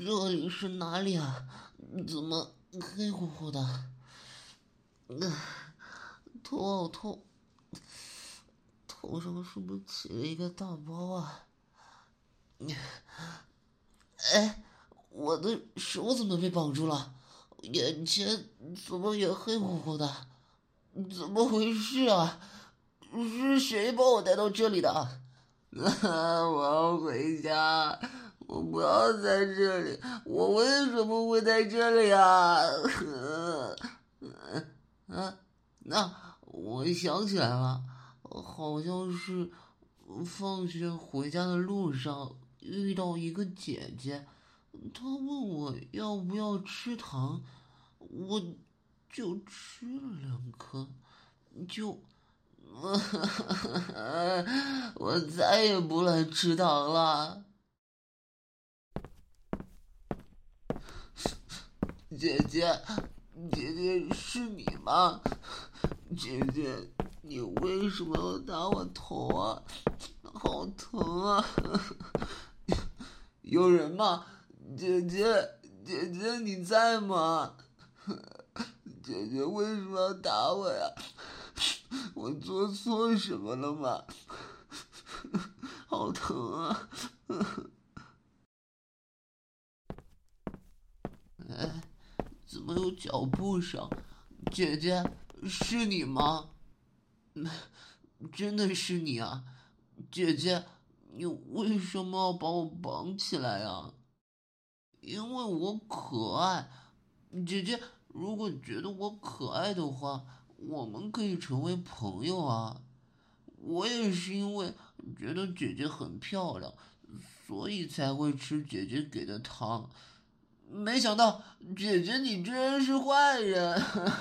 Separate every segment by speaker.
Speaker 1: 这里是哪里啊？怎么黑乎乎的？头好痛，头上是不是起了一个大包啊？哎，我的手怎么被绑住了？眼前怎么也黑乎乎的？怎么回事啊？是谁把我带到这里的？我要回家，我不要在这里，我为什么会在这里啊？那我想起来了，好像是放学回家的路上遇到一个姐姐，她问我要不要吃糖，我就吃了2颗，就。我再也不来吃糖了。姐姐，姐姐是你吗？姐姐，你为什么要打我头啊？好疼啊！有人吗？姐姐，姐姐你在吗？姐姐为什么要打我呀？我做错什么了吗？好疼啊！哎，怎么有脚步声？姐姐，是你吗？真的是你啊！姐姐，你为什么要把我绑起来啊？因为我可爱。姐姐，如果觉得我可爱的话，我们可以成为朋友啊。我也是因为觉得姐姐很漂亮，所以才会吃姐姐给的糖。没想到姐姐你居然是坏人！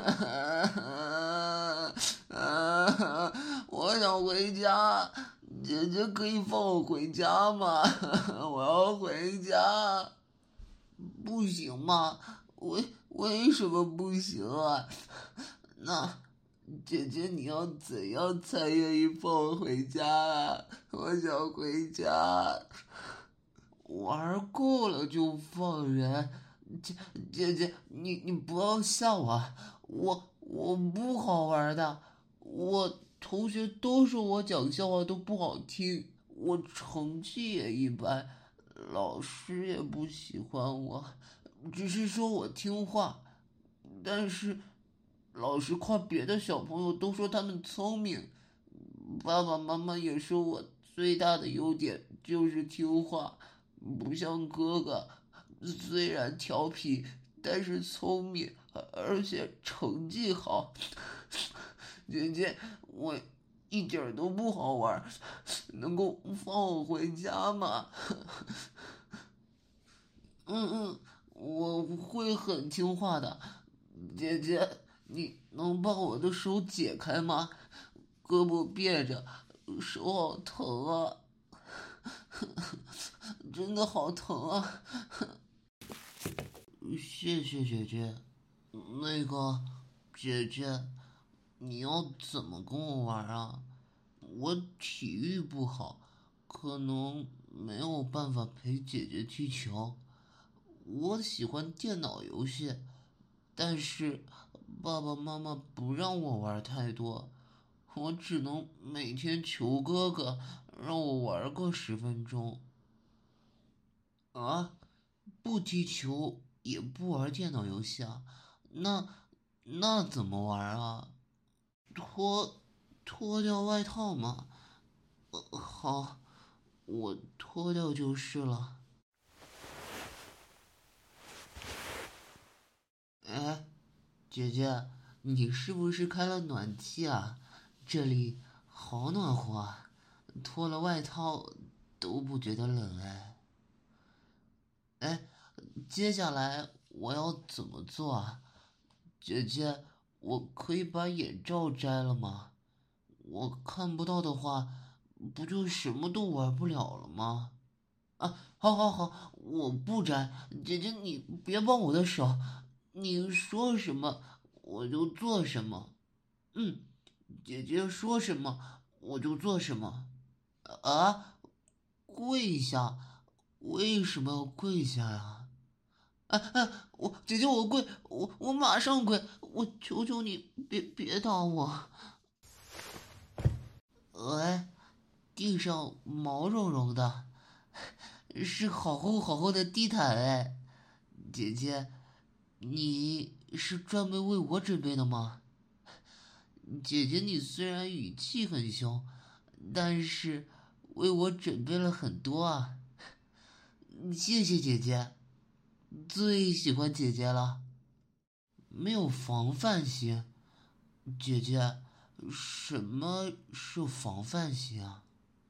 Speaker 1: 我想回家，姐姐可以放我回家吗？我要回家。不行吗？为什么不行啊？那姐姐你要怎样才愿意放我回家啊？我想回家。玩够了就放人。姐姐，你不要笑啊！我不好玩的，我同学都说我讲笑话都不好听，我成绩也一般，老师也不喜欢我，只是说我听话，但是老师夸别的小朋友都说他们聪明，爸爸妈妈也说我最大的优点就是听话，不像哥哥，虽然调皮，但是聪明，而且成绩好。姐姐，我一点儿都不好玩，能够放我回家吗？我会很听话的。姐姐，你能把我的手解开吗？胳膊别着，手好疼啊！真的好疼啊！谢谢姐姐。那个，姐姐，你要怎么跟我玩啊？我体育不好，可能没有办法陪姐姐踢球。我喜欢电脑游戏，但是爸爸妈妈不让我玩太多，我只能每天求哥哥让我玩个10分钟。啊，不踢球也不玩电脑游戏啊？那怎么玩啊？脱掉外套吗？好，我脱掉就是了。哎，姐姐，你是不是开了暖气啊？这里好暖和啊，脱了外套都不觉得冷哎。哎，接下来我要怎么做啊？姐姐，我可以把眼罩摘了吗？我看不到的话，不就什么都玩不了了吗？啊，好好好，我不摘。姐姐，你别帮我的手，你说什么我就做什么。嗯，姐姐说什么我就做什么。啊，跪下？为什么要跪下呀？ 姐姐我跪，我马上跪，我求求你别打我。哎，地上毛茸茸的，是好厚好厚的地毯哎，姐姐，你是专门为我准备的吗？姐姐，你虽然语气很凶，但是为我准备了很多啊，谢谢姐姐，最喜欢姐姐了。没有防范心，姐姐，什么是防范心啊？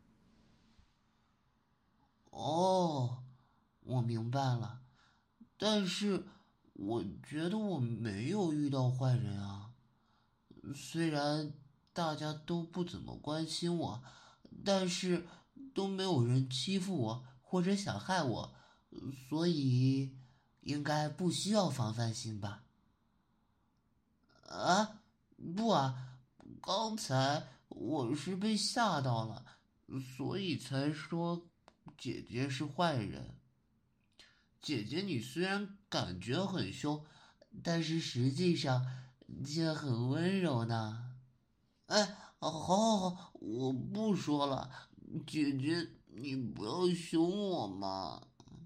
Speaker 1: 哦，我明白了，但是我觉得我没有遇到坏人啊。虽然大家都不怎么关心我，但是都没有人欺负我或者想害我，所以应该不需要防范心吧？啊，不啊，刚才我是被吓到了，所以才说姐姐是坏人。姐姐，你虽然感觉很凶，但是实际上却很温柔呢。哎，好，我不说了，姐姐，你不要凶我嘛。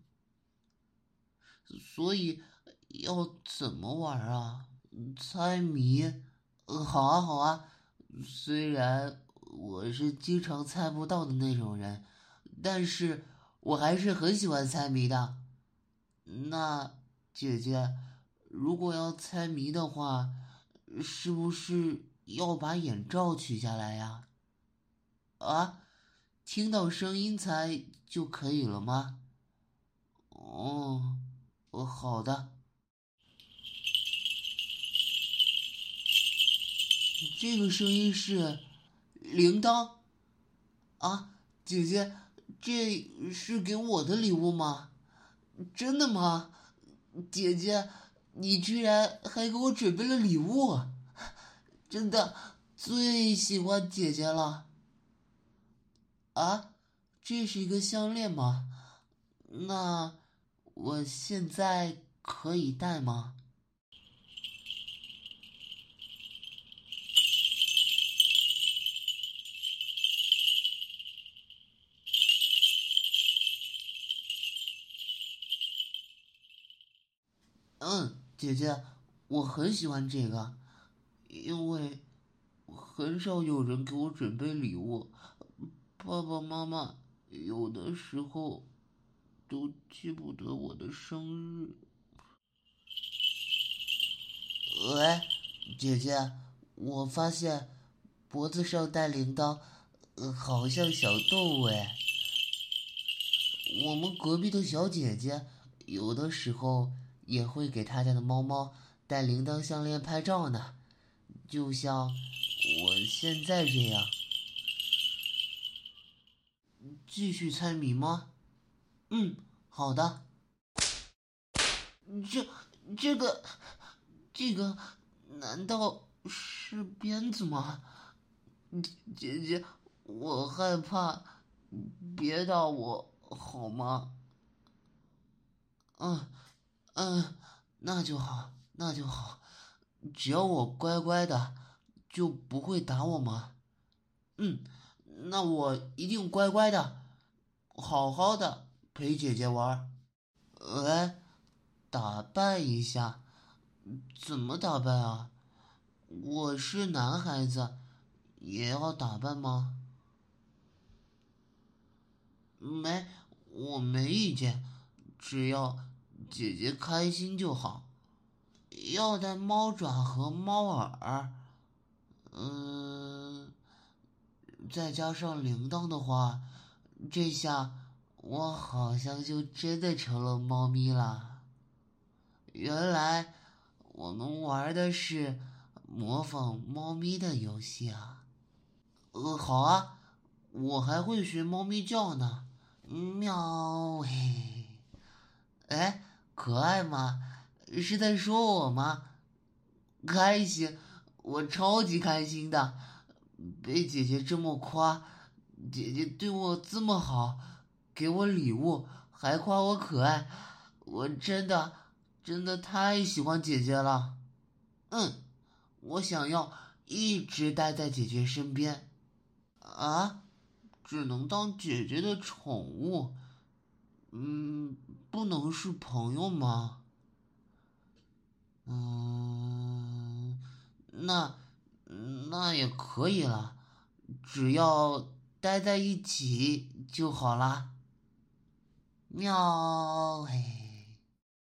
Speaker 1: 所以要怎么玩啊？猜谜？好啊。虽然我是经常猜不到的那种人，但是我还是很喜欢猜谜的。那姐姐，如果要猜谜的话，是不是要把眼罩取下来呀？啊，听到声音猜就可以了吗？哦，好的。这个声音是铃铛啊，姐姐，这是给我的礼物吗？真的吗？姐姐，你居然还给我准备了礼物，真的最喜欢姐姐了。啊，这是一个项链吗？那我现在可以戴吗？嗯，姐姐，我很喜欢这个，因为很少有人给我准备礼物，爸爸妈妈有的时候都记不得我的生日。喂，姐姐，我发现脖子上戴铃铛，好像小动物哎。我们隔壁的小姐姐有的时候也会给她家的猫猫戴铃铛项链拍照呢，就像我现在这样。继续猜谜吗？嗯，好的。这、这个、这个，难道是鞭子吗？姐姐，我害怕，别打我好吗？嗯嗯，那就好，只要我乖乖的，就不会打我吗？嗯，那我一定乖乖的，好好的陪姐姐玩。哎，打扮一下，怎么打扮啊？我是男孩子，也要打扮吗？我没意见，只要姐姐开心就好。要戴猫爪和猫耳，嗯，再加上铃铛的话，这下我好像就真的成了猫咪了。原来我们玩的是模仿猫咪的游戏啊！好啊，我还会学猫咪叫呢，喵嘿！哎，可爱吗？是在说我吗？开心，我超级开心的，被姐姐这么夸，姐姐对我这么好，给我礼物，还夸我可爱，我真的真的太喜欢姐姐了。我想要一直待在姐姐身边。啊，只能当姐姐的宠物？嗯，不能是朋友吗？嗯，那那也可以了，只要待在一起就好啦。喵，嘿。